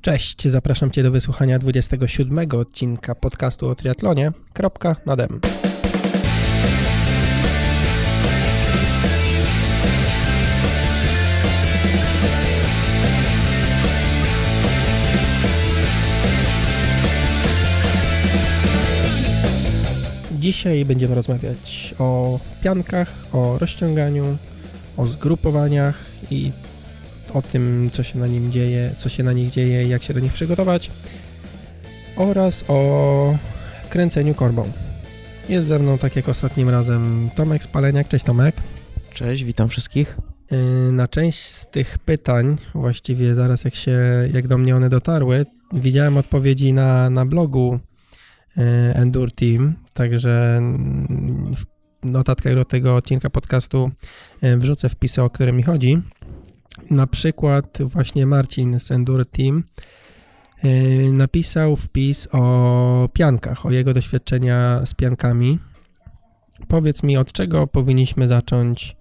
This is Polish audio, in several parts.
Cześć, zapraszam Cię do wysłuchania 27 odcinka podcastu o triatlonie. Na dem. Dzisiaj będziemy rozmawiać o piankach, o rozciąganiu, o zgrupowaniach i o tym, co się na nich dzieje i jak się do nich przygotować, oraz o kręceniu korbą. Jest ze mną, tak jak ostatnim razem, Tomek Spaleniak. Cześć, Tomek. Cześć, witam wszystkich. Na część z tych pytań, właściwie zaraz jak do mnie one dotarły, widziałem odpowiedzi na blogu Endure Team, także w notatkach do tego odcinka podcastu wrzucę wpisy, o które mi chodzi. Na przykład właśnie Marcin z Endure Team napisał wpis o piankach, o jego doświadczenia z piankami. Powiedz mi, od czego powinniśmy zacząć,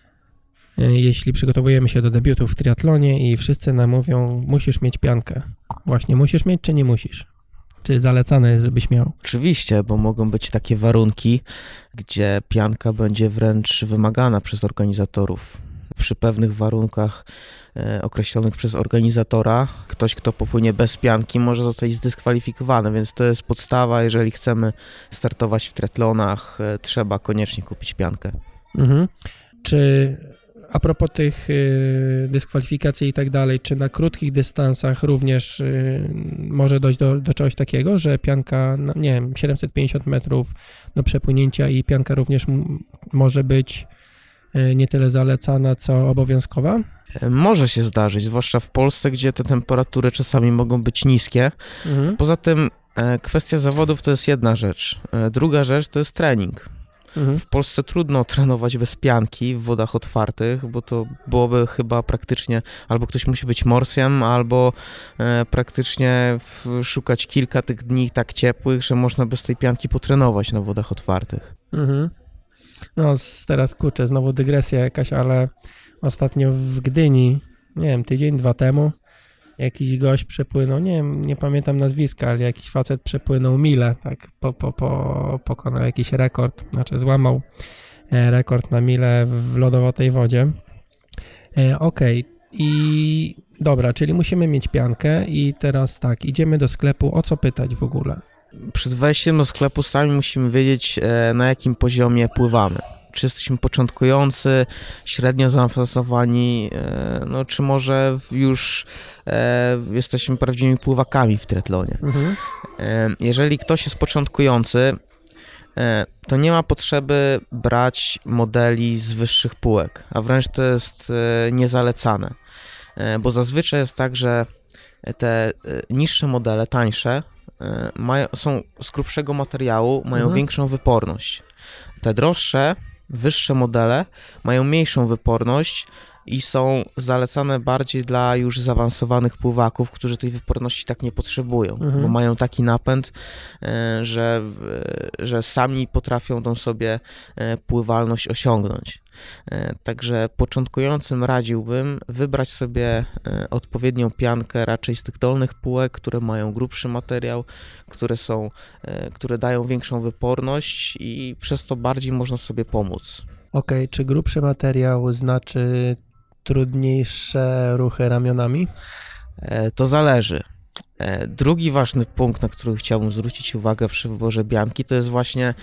jeśli przygotowujemy się do debiutu w triatlonie i wszyscy nam mówią, musisz mieć piankę. Właśnie, musisz mieć czy nie musisz? Czy zalecane jest, żebyś miał? Oczywiście, bo mogą być takie warunki, gdzie pianka będzie wręcz wymagana przez organizatorów. Przy pewnych warunkach określonych przez organizatora ktoś, kto popłynie bez pianki, może zostać zdyskwalifikowany, więc to jest podstawa. Jeżeli chcemy startować w triatlonach, trzeba koniecznie kupić piankę. Czy a propos tych dyskwalifikacji i tak dalej, czy na krótkich dystansach również może dojść do czegoś takiego, że pianka, 750 metrów do przepłynięcia i pianka również może być nie tyle zalecana, co obowiązkowa? Może się zdarzyć, zwłaszcza w Polsce, gdzie te temperatury czasami mogą być niskie. Poza tym kwestia zawodów to jest jedna rzecz. Druga rzecz to jest trening. W Polsce trudno trenować bez pianki w wodach otwartych, bo to byłoby chyba praktycznie, albo ktoś musi być morsem, albo praktycznie szukać kilka tych dni tak ciepłych, że można bez tej pianki potrenować na wodach otwartych. No teraz kurczę, znowu dygresja jakaś, ale ostatnio w Gdyni, tydzień, dwa temu, jakiś gość przepłynął, nie pamiętam nazwiska, ale jakiś facet przepłynął milę, tak, pokonał jakiś rekord, złamał rekord na milę w lodowatej wodzie. Okej. I dobra, czyli musimy mieć piankę i teraz tak, idziemy do sklepu, o co pytać w ogóle? Przed wejściem do sklepu sami musimy wiedzieć, na jakim poziomie pływamy. Czy jesteśmy początkujący, średnio zaawansowani, czy może już jesteśmy prawdziwymi pływakami w triatlonie. Jeżeli ktoś jest początkujący, to nie ma potrzeby brać modeli z wyższych półek, a wręcz to jest niezalecane. Bo zazwyczaj jest tak, że te niższe modele, tańsze, są z grubszego materiału, mają większą wyporność. Te droższe, wyższe modele mają mniejszą wyporność i są zalecane bardziej dla już zaawansowanych pływaków, którzy tej wyporności tak nie potrzebują, bo mają taki napęd, że sami potrafią tą sobie pływalność osiągnąć. Także początkującym radziłbym wybrać sobie odpowiednią piankę raczej z tych dolnych półek, które mają grubszy materiał, które dają większą wyporność i przez to bardziej można sobie pomóc. Okej, czy grubszy materiał znaczy trudniejsze ruchy ramionami? To zależy. Drugi ważny punkt, na który chciałbym zwrócić uwagę przy wyborze pianki, to jest właśnie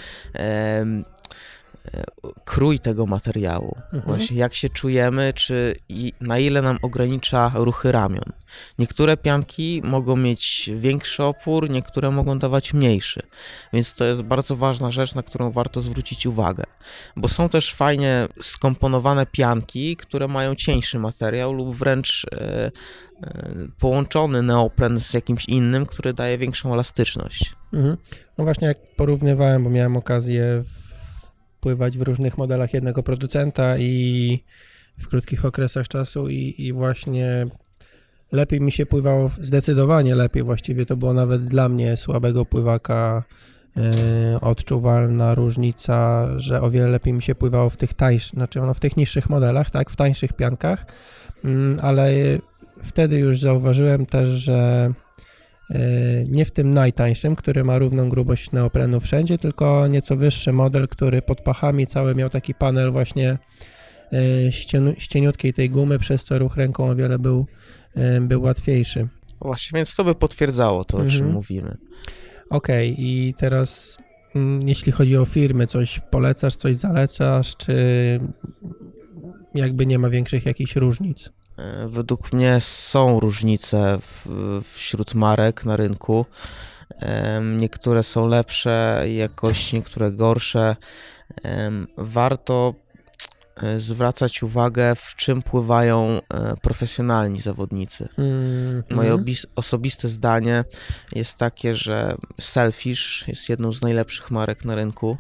krój tego materiału. Właśnie jak się czujemy, na ile nam ogranicza ruchy ramion. Niektóre pianki mogą mieć większy opór, niektóre mogą dawać mniejszy. Więc to jest bardzo ważna rzecz, na którą warto zwrócić uwagę. Bo są też fajnie skomponowane pianki, które mają cieńszy materiał lub wręcz połączony neopren z jakimś innym, który daje większą elastyczność. No właśnie, jak porównywałem, bo miałem okazję pływać w różnych modelach jednego producenta i w krótkich okresach czasu i właśnie lepiej mi się pływało, zdecydowanie lepiej właściwie, to było nawet dla mnie słabego pływaka odczuwalna różnica, że o wiele lepiej mi się pływało w tych tańszych, w tych niższych modelach, tak, w tańszych piankach, ale wtedy już zauważyłem też, że nie w tym najtańszym, który ma równą grubość neoprenu wszędzie, tylko nieco wyższy model, który pod pachami cały miał taki panel właśnie ścieniutkiej tej gumy, przez co ruch ręką o wiele był łatwiejszy. Właśnie, więc to by potwierdzało to, o czym mówimy. Okej, i teraz jeśli chodzi o firmy, coś polecasz, coś zalecasz, czy jakby nie ma większych jakichś różnic? Według mnie są różnice wśród marek na rynku. Niektóre są lepsze jakości, niektóre gorsze. Warto zwracać uwagę, w czym pływają profesjonalni zawodnicy. Moje osobiste zdanie jest takie, że Sailfish jest jedną z najlepszych marek na rynku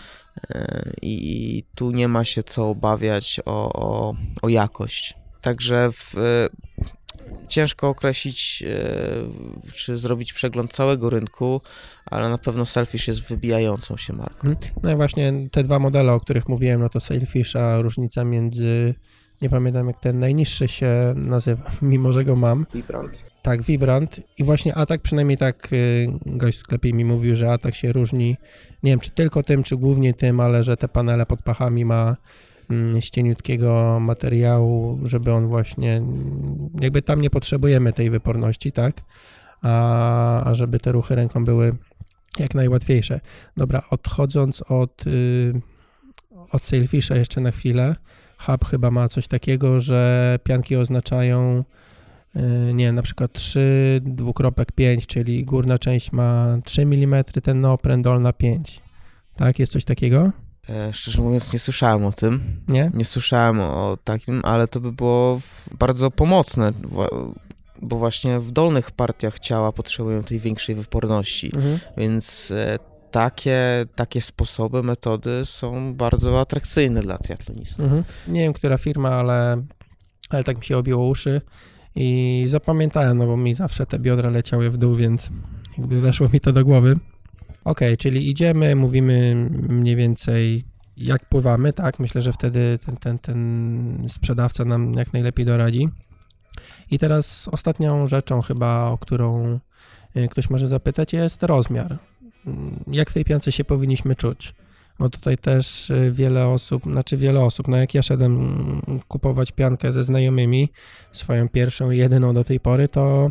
i tu nie ma się co obawiać o jakość. Także ciężko określić, czy zrobić przegląd całego rynku, ale na pewno Sailfish jest wybijającą się marką. No i właśnie te dwa modele, o których mówiłem, no to Sailfish, a różnica między, nie pamiętam jak ten najniższy się nazywa, mimo że go mam. Vibrant. Tak, Vibrant. I właśnie Attack, przynajmniej tak gość w sklepie mi mówił, że Attack się różni, nie wiem czy tylko tym, czy głównie tym, ale że te panele pod pachami ma ścieniutkiego materiału, żeby on właśnie, jakby tam nie potrzebujemy tej wyporności, tak? A żeby te ruchy ręką były jak najłatwiejsze. Dobra, odchodząc od Sailfisha jeszcze na chwilę, Hub chyba ma coś takiego, że pianki oznaczają, nie wiem, na przykład 3,5, czyli górna część ma 3 mm, ten neopren, dolna 5. Tak? Jest coś takiego? Szczerze mówiąc nie słyszałem o tym. Nie? Nie słyszałem o takim, ale to by było bardzo pomocne, bo właśnie w dolnych partiach ciała potrzebują tej większej wyporności, więc takie sposoby, metody są bardzo atrakcyjne dla triatlonistów. Nie wiem, która firma, ale tak mi się obiło uszy i zapamiętałem, no bo mi zawsze te biodra leciały w dół, więc jakby weszło mi to do głowy. Okej, czyli idziemy, mówimy mniej więcej jak pływamy, tak? Myślę, że wtedy ten sprzedawca nam jak najlepiej doradzi. I teraz ostatnią rzeczą chyba, o którą ktoś może zapytać, jest rozmiar. Jak w tej piance się powinniśmy czuć? Bo tutaj też wiele osób, no jak ja szedłem kupować piankę ze znajomymi, swoją pierwszą i jedyną do tej pory, to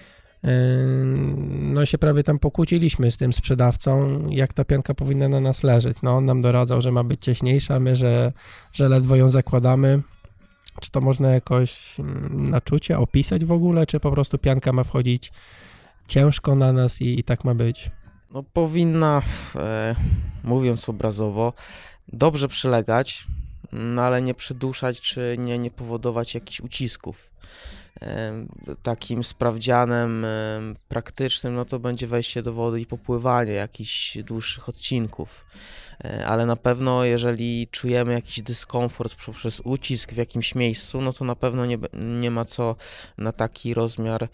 no się prawie tam pokłóciliśmy z tym sprzedawcą, jak ta pianka powinna na nas leżeć. No on nam doradzał, że ma być cieśniejsza, my, że ledwo ją zakładamy. Czy to można jakoś na czucie opisać w ogóle, czy po prostu pianka ma wchodzić ciężko na nas i tak ma być? No powinna, mówiąc obrazowo, dobrze przylegać, no ale nie przyduszać, czy nie powodować jakichś ucisków. Takim sprawdzianem praktycznym, no to będzie wejście do wody i popływanie jakichś dłuższych odcinków. Ale na pewno jeżeli czujemy jakiś dyskomfort poprzez ucisk w jakimś miejscu, no to na pewno nie ma co na taki rozmiar,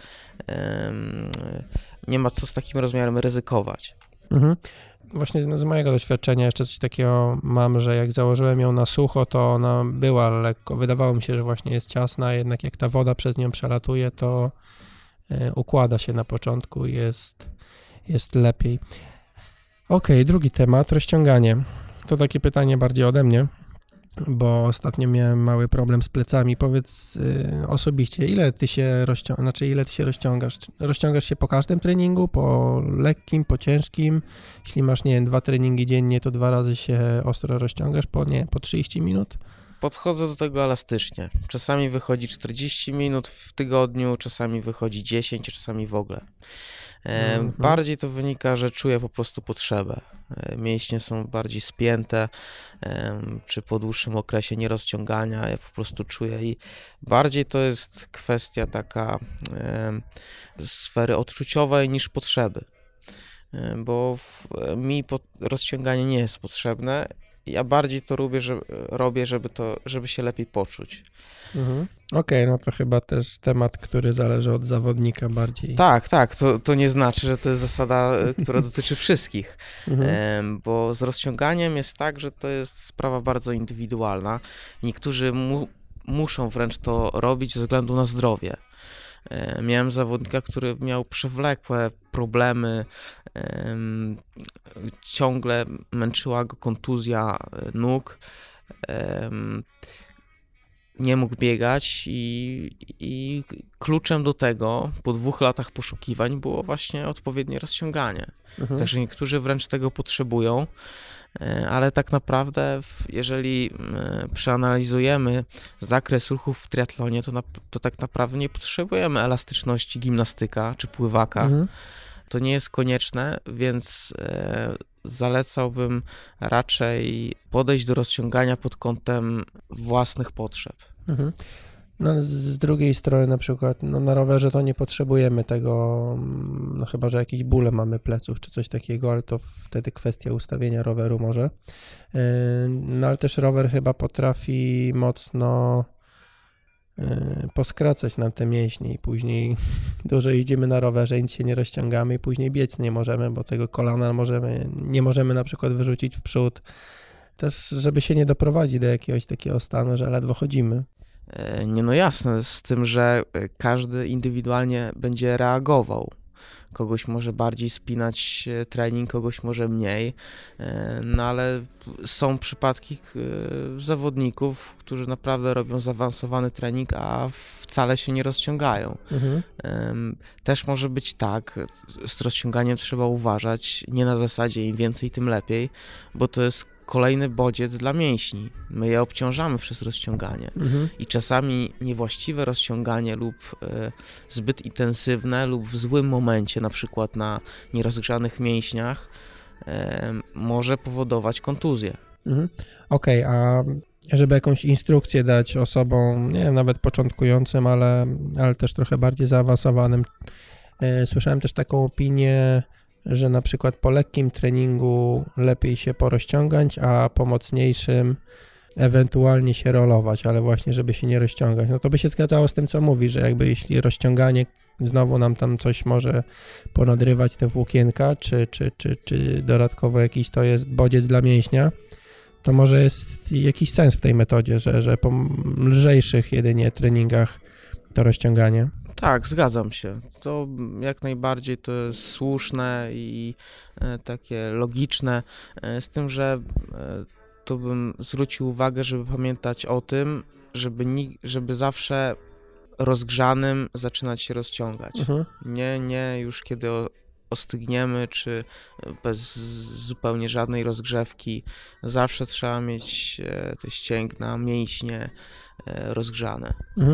nie ma co z takim rozmiarem ryzykować. Właśnie z mojego doświadczenia jeszcze coś takiego mam, że jak założyłem ją na sucho, to ona była lekko, wydawało mi się, że właśnie jest ciasna, jednak jak ta woda przez nią przelatuje, to układa się na początku i jest lepiej. Okej, drugi temat, rozciąganie. To takie pytanie bardziej ode mnie, bo ostatnio miałem mały problem z plecami. Powiedz osobiście, ile ty się rozciągasz? Rozciągasz się po każdym treningu, po lekkim, po ciężkim? Jeśli masz, nie wiem, 2 treningi dziennie, to 2 razy się ostro rozciągasz po 30 minut? Podchodzę do tego elastycznie. Czasami wychodzi 40 minut w tygodniu, czasami wychodzi 10, czasami w ogóle. Bardziej to wynika, że czuję po prostu potrzebę. Mięśnie są bardziej spięte, czy po dłuższym okresie nierozciągania, ja po prostu czuję i bardziej to jest kwestia taka sfery odczuciowej niż potrzeby, bo mi rozciąganie nie jest potrzebne. Ja bardziej to robię, żeby się lepiej poczuć. Okej, no to chyba też temat, który zależy od zawodnika bardziej. Tak, to nie znaczy, że to jest zasada, która dotyczy wszystkich, bo z rozciąganiem jest tak, że to jest sprawa bardzo indywidualna. Niektórzy muszą wręcz to robić ze względu na zdrowie. Miałem zawodnika, który miał przewlekłe problemy, ciągle męczyła go kontuzja nóg, nie mógł biegać i kluczem do tego po 2 latach poszukiwań było właśnie odpowiednie rozciąganie. Także niektórzy wręcz tego potrzebują, ale tak naprawdę jeżeli przeanalizujemy zakres ruchów w triatlonie, to tak naprawdę nie potrzebujemy elastyczności gimnastyka czy pływaka. To nie jest konieczne, więc zalecałbym raczej podejść do rozciągania pod kątem własnych potrzeb. No, z drugiej strony na przykład na rowerze to nie potrzebujemy tego, no chyba że jakieś bóle mamy pleców czy coś takiego, ale to wtedy kwestia ustawienia roweru może. No ale też rower chyba potrafi mocno poskracać nam te mięśnie i później dużo jeździmy na rowerze, nic się nie rozciągamy i później biec nie możemy, bo tego kolana nie możemy na przykład wyrzucić w przód. Też żeby się nie doprowadzić do jakiegoś takiego stanu, że ledwo chodzimy. Nie, no jasne, z tym, że każdy indywidualnie będzie reagował. Kogoś może bardziej spinać trening, kogoś może mniej, no ale są przypadki zawodników, którzy naprawdę robią zaawansowany trening, a wcale się nie rozciągają. Też może być tak, z rozciąganiem trzeba uważać, nie na zasadzie im więcej, tym lepiej, bo to jest kolejny bodziec dla mięśni. My je obciążamy przez rozciąganie i czasami niewłaściwe rozciąganie lub zbyt intensywne lub w złym momencie, na przykład na nierozgrzanych mięśniach, może powodować kontuzję. Okej, a żeby jakąś instrukcję dać osobom, nie wiem, nawet początkującym, ale też trochę bardziej zaawansowanym, słyszałem też taką opinię, że na przykład po lekkim treningu lepiej się porozciągać, a po mocniejszym ewentualnie się rolować, ale właśnie żeby się nie rozciągać. No to by się zgadzało z tym, co mówi, że jakby jeśli rozciąganie znowu nam tam coś może ponadrywać te włókienka, czy dodatkowo jakiś to jest bodziec dla mięśnia, to może jest jakiś sens w tej metodzie, że po lżejszych jedynie treningach to rozciąganie. Tak, zgadzam się. To jak najbardziej to jest słuszne i takie logiczne, z tym, że tu bym zwrócił uwagę, żeby pamiętać o tym, żeby zawsze rozgrzanym zaczynać się rozciągać. Nie już kiedy ostygniemy, czy bez zupełnie żadnej rozgrzewki. Zawsze trzeba mieć te ścięgna, mięśnie rozgrzane.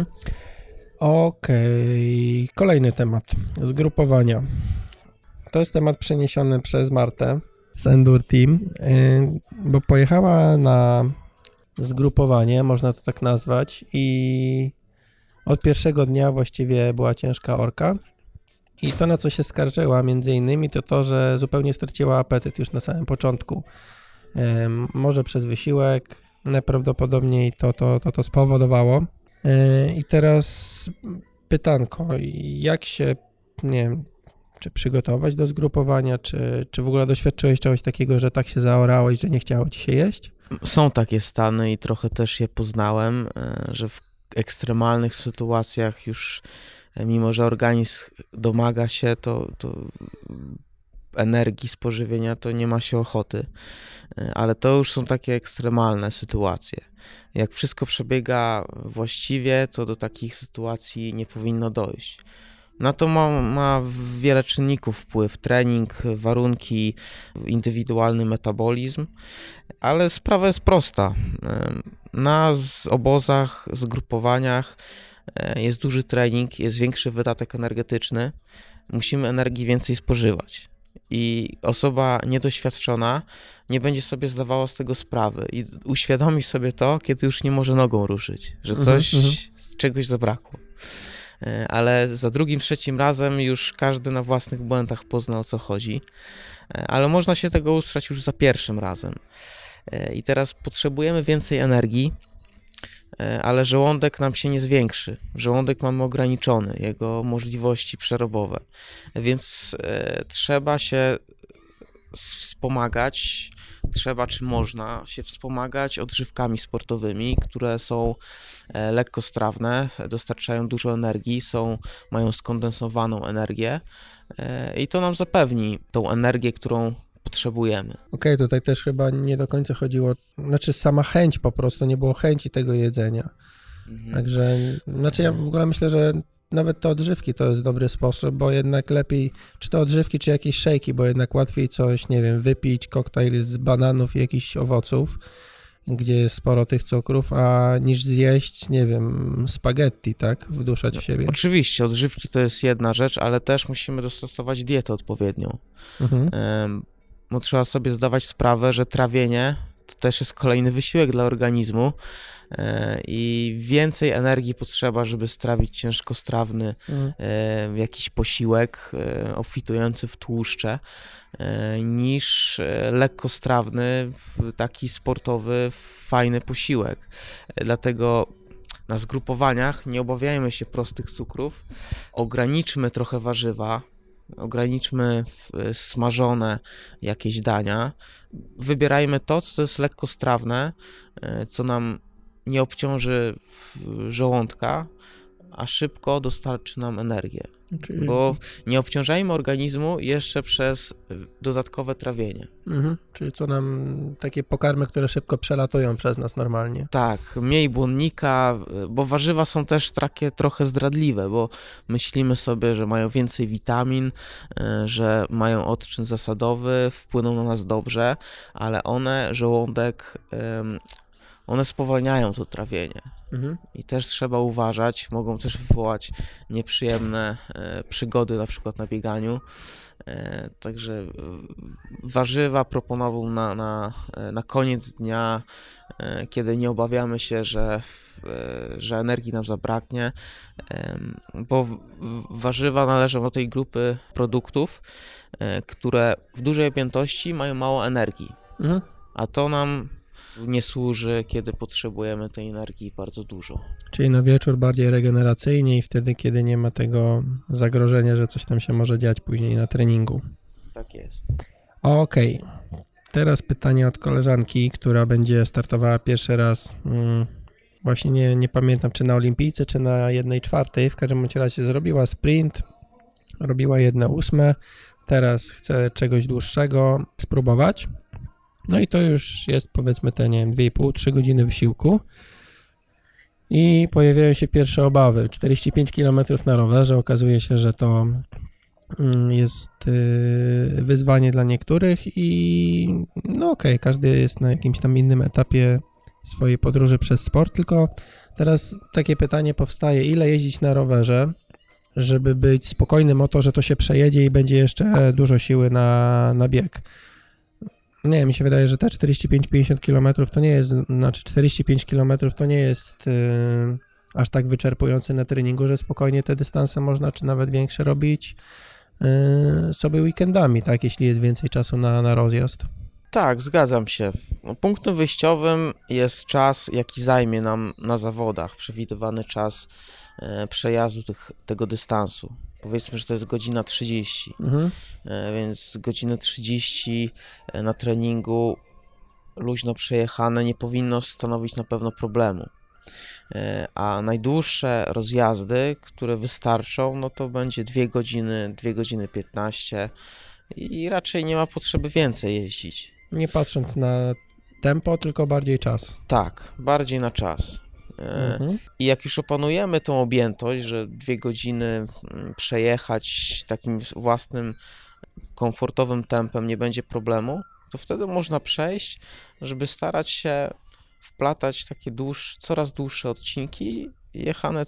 Okej, kolejny temat. Zgrupowania. To jest temat przeniesiony przez Martę z Endure Team, bo pojechała na zgrupowanie, można to tak nazwać, i od pierwszego dnia właściwie była ciężka orka. I to, na co się skarżyła między innymi, to, że zupełnie straciła apetyt już na samym początku. Może przez wysiłek, najprawdopodobniej to spowodowało. I teraz pytanko, jak się, nie wiem, czy przygotować do zgrupowania, czy w ogóle doświadczyłeś czegoś takiego, że tak się zaorałeś, że nie chciało ci się jeść? Są takie stany i trochę też je poznałem, że w ekstremalnych sytuacjach już, mimo że organizm domaga się, to energii z pożywienia, to nie ma się ochoty, ale to już są takie ekstremalne sytuacje. Jak wszystko przebiega właściwie, to do takich sytuacji nie powinno dojść. Na to ma wiele czynników wpływ: trening, warunki, indywidualny metabolizm, ale sprawa jest prosta. Na obozach, zgrupowaniach jest duży trening, jest większy wydatek energetyczny, musimy energii więcej spożywać. I osoba niedoświadczona nie będzie sobie zdawała z tego sprawy i uświadomi sobie to, kiedy już nie może nogą ruszyć, że czegoś zabrakło. Ale za drugim, trzecim razem już każdy na własnych błędach pozna, o co chodzi, ale można się tego ustrzeć już za pierwszym razem. I teraz potrzebujemy więcej energii, ale żołądek nam się nie zwiększy. Żołądek mamy ograniczony, jego możliwości przerobowe, więc trzeba się wspomagać trzeba czy można się wspomagać odżywkami sportowymi, które są lekkostrawne, dostarczają dużo energii, mają skondensowaną energię i to nam zapewni tą energię, którą potrzebujemy. Okej, tutaj też chyba nie do końca chodziło, znaczy sama chęć po prostu, nie było chęci tego jedzenia. Także, znaczy ja w ogóle myślę, że nawet te odżywki to jest dobry sposób, bo jednak lepiej, czy to odżywki, czy jakieś szejki, bo jednak łatwiej coś, nie wiem, wypić koktajl z bananów i jakichś owoców, gdzie jest sporo tych cukrów, a niż zjeść, nie wiem, spaghetti, tak, wduszać w siebie. Oczywiście, odżywki to jest jedna rzecz, ale też musimy dostosować dietę odpowiednią. Bo trzeba sobie zdawać sprawę, że trawienie to też jest kolejny wysiłek dla organizmu i więcej energii potrzeba, żeby strawić ciężkostrawny jakiś posiłek obfitujący w tłuszcze, niż lekkostrawny, taki sportowy, fajny posiłek. Dlatego na zgrupowaniach nie obawiajmy się prostych cukrów, ograniczmy trochę warzywa, ograniczmy smażone jakieś dania, wybierajmy to, co jest lekkostrawne, co nam nie obciąży żołądka, a szybko dostarczy nam energię. Bo nie obciążajmy organizmu jeszcze przez dodatkowe trawienie. Czyli co nam takie pokarmy, które szybko przelatują przez nas normalnie. Tak, mniej błonnika, bo warzywa są też takie trochę zdradliwe, bo myślimy sobie, że mają więcej witamin, że mają odczyn zasadowy, wpłyną na nas dobrze, ale żołądek, one spowalniają to trawienie. I też trzeba uważać, mogą też wywołać nieprzyjemne przygody, na przykład na bieganiu. Także warzywa proponowałbym na koniec dnia, kiedy nie obawiamy się, że energii nam zabraknie, bo warzywa należą do tej grupy produktów, które w dużej objętości mają mało energii, a to nam nie służy, kiedy potrzebujemy tej energii bardzo dużo. Czyli na wieczór bardziej regeneracyjnie i wtedy, kiedy nie ma tego zagrożenia, że coś tam się może dziać później na treningu. Tak jest. Okej. Teraz pytanie od koleżanki, która będzie startowała pierwszy raz. Właśnie nie pamiętam, czy na olimpijce, czy na 1/4. W każdym razie zrobiła sprint, robiła 1/8. Teraz chce czegoś dłuższego spróbować. No i to już jest, powiedzmy, te, nie wiem, 2,5-3 godziny wysiłku. I pojawiają się pierwsze obawy. 45 km na rowerze. Okazuje się, że to jest wyzwanie dla niektórych i no okej, każdy jest na jakimś tam innym etapie swojej podróży przez sport, tylko teraz takie pytanie powstaje, ile jeździć na rowerze, żeby być spokojnym o to, że to się przejedzie i będzie jeszcze dużo siły na bieg. Nie, mi się wydaje, że te 45-50 km to nie jest, znaczy 45 km to nie jest aż tak wyczerpujący na treningu, że spokojnie te dystanse można, czy nawet większe robić sobie weekendami, tak, jeśli jest więcej czasu na rozjazd. Tak, zgadzam się. Punktem wyjściowym jest czas, jaki zajmie nam na zawodach, przewidywany czas przejazdu tego dystansu. Powiedzmy, że to jest godzina 30, więc godzinę 30 na treningu luźno przejechane nie powinno stanowić na pewno problemu. A najdłuższe rozjazdy, które wystarczą, no to będzie 2 godziny, 2 godziny 15 i raczej nie ma potrzeby więcej jeździć. Nie patrząc na tempo, tylko bardziej czas. Tak, bardziej na czas. I jak już opanujemy tą objętość, że 2 godziny przejechać takim własnym, komfortowym tempem nie będzie problemu, to wtedy można przejść, żeby starać się wplatać takie coraz dłuższe odcinki, jechane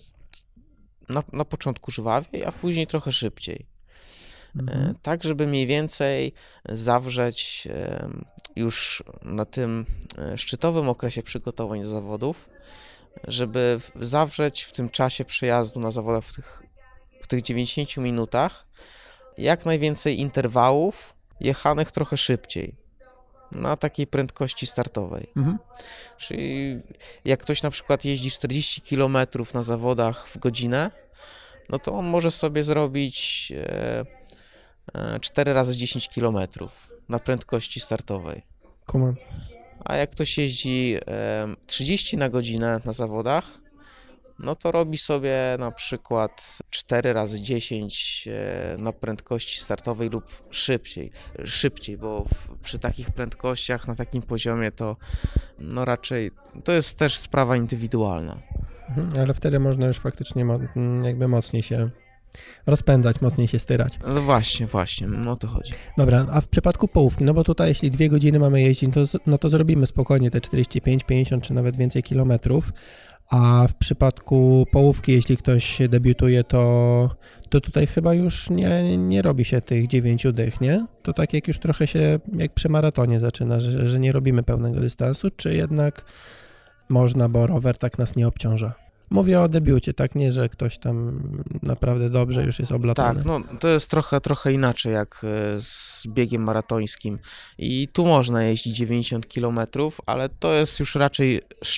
na początku żwawiej, a później trochę szybciej. Tak, żeby mniej więcej zawrzeć już na tym szczytowym okresie przygotowań do zawodów, żeby zawrzeć w tym czasie przejazdu na zawodach w tych 90 minutach jak najwięcej interwałów jechanych trochę szybciej, na takiej prędkości startowej. Czyli jak ktoś na przykład jeździ 40 km na zawodach w godzinę, no to on może sobie zrobić 4 razy 10 km na prędkości startowej. Kumam. A jak ktoś jeździ 30 na godzinę na zawodach, no to robi sobie na przykład 4 razy 10 na prędkości startowej lub szybciej, bo przy takich prędkościach, na takim poziomie to no raczej to jest też sprawa indywidualna. Ale wtedy można już faktycznie jakby mocniej się rozpędzać, mocniej się styrać. No właśnie, o to chodzi. Dobra, a w przypadku połówki, no bo tutaj jeśli 2 godziny mamy jeździć, no to zrobimy spokojnie te 45, 50 czy nawet więcej kilometrów, a w przypadku połówki, jeśli ktoś debiutuje, to tutaj chyba już nie robi się tych 9 dych, nie? To tak jak już trochę się jak przy maratonie zaczyna, że nie robimy pełnego dystansu, czy jednak można, bo rower tak nas nie obciąża. Mówię o debiucie, tak? Nie, że ktoś tam naprawdę dobrze już jest oblatany. Tak, no to jest trochę inaczej jak z biegiem maratońskim i tu można jeździć 90 km, ale to jest już raczej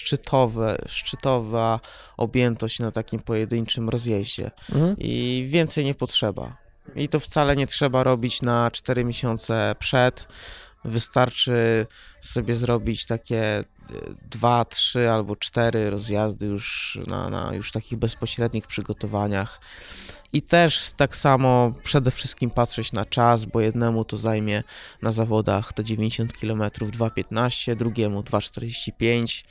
szczytowa objętość na takim pojedynczym rozjeździe i więcej nie potrzeba. I to wcale nie trzeba robić na 4 miesiące przed, wystarczy sobie zrobić takie 2, 3 albo 4 rozjazdy już na już takich bezpośrednich przygotowaniach i też tak samo przede wszystkim patrzeć na czas, bo jednemu to zajmie na zawodach te 90 km 2:15, drugiemu 2:45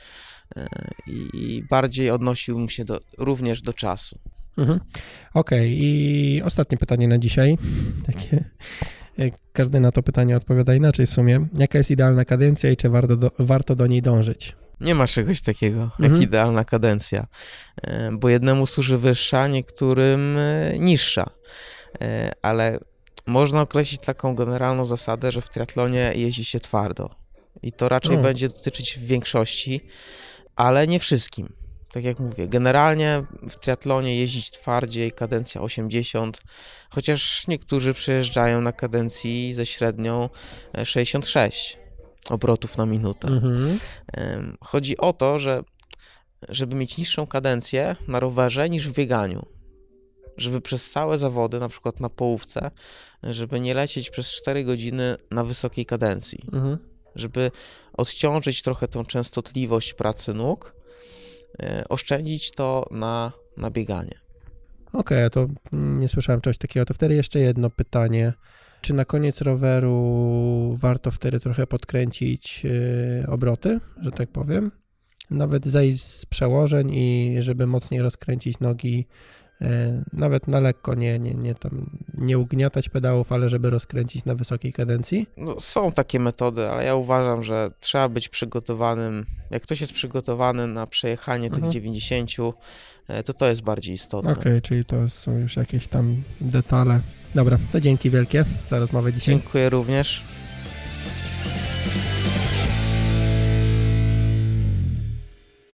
i bardziej odnosiłbym się również do czasu. Okej, i ostatnie pytanie na dzisiaj, takie każdy na to pytanie odpowiada inaczej w sumie. Jaka jest idealna kadencja i czy warto do niej dążyć? Nie ma czegoś takiego jak idealna kadencja, bo jednemu służy wyższa, niektórym niższa, ale można określić taką generalną zasadę, że w triatlonie jeździ się twardo i to raczej będzie dotyczyć w większości, ale nie wszystkim. Tak jak mówię, generalnie w triatlonie jeździć twardziej, kadencja 80, chociaż niektórzy przyjeżdżają na kadencji ze średnią 66 obrotów na minutę. Chodzi o to, żeby mieć niższą kadencję na rowerze niż w bieganiu. Żeby przez całe zawody, na przykład na połówce, żeby nie lecieć przez 4 godziny na wysokiej kadencji. Żeby odciążyć trochę tą częstotliwość pracy nóg, oszczędzić to na bieganie. Okej, to nie słyszałem czegoś takiego. To wtedy jeszcze jedno pytanie. Czy na koniec roweru warto wtedy trochę podkręcić obroty, że tak powiem? Nawet zejść z przełożeń i żeby mocniej rozkręcić nogi, nawet na lekko, nie ugniatać pedałów, ale żeby rozkręcić na wysokiej kadencji? No, są takie metody, ale ja uważam, że trzeba być przygotowanym. Jak ktoś jest przygotowany na przejechanie tych 90, to jest bardziej istotne. Okej, czyli to są już jakieś tam detale. Dobra, to dzięki wielkie za rozmowę dzisiaj. Dziękuję również.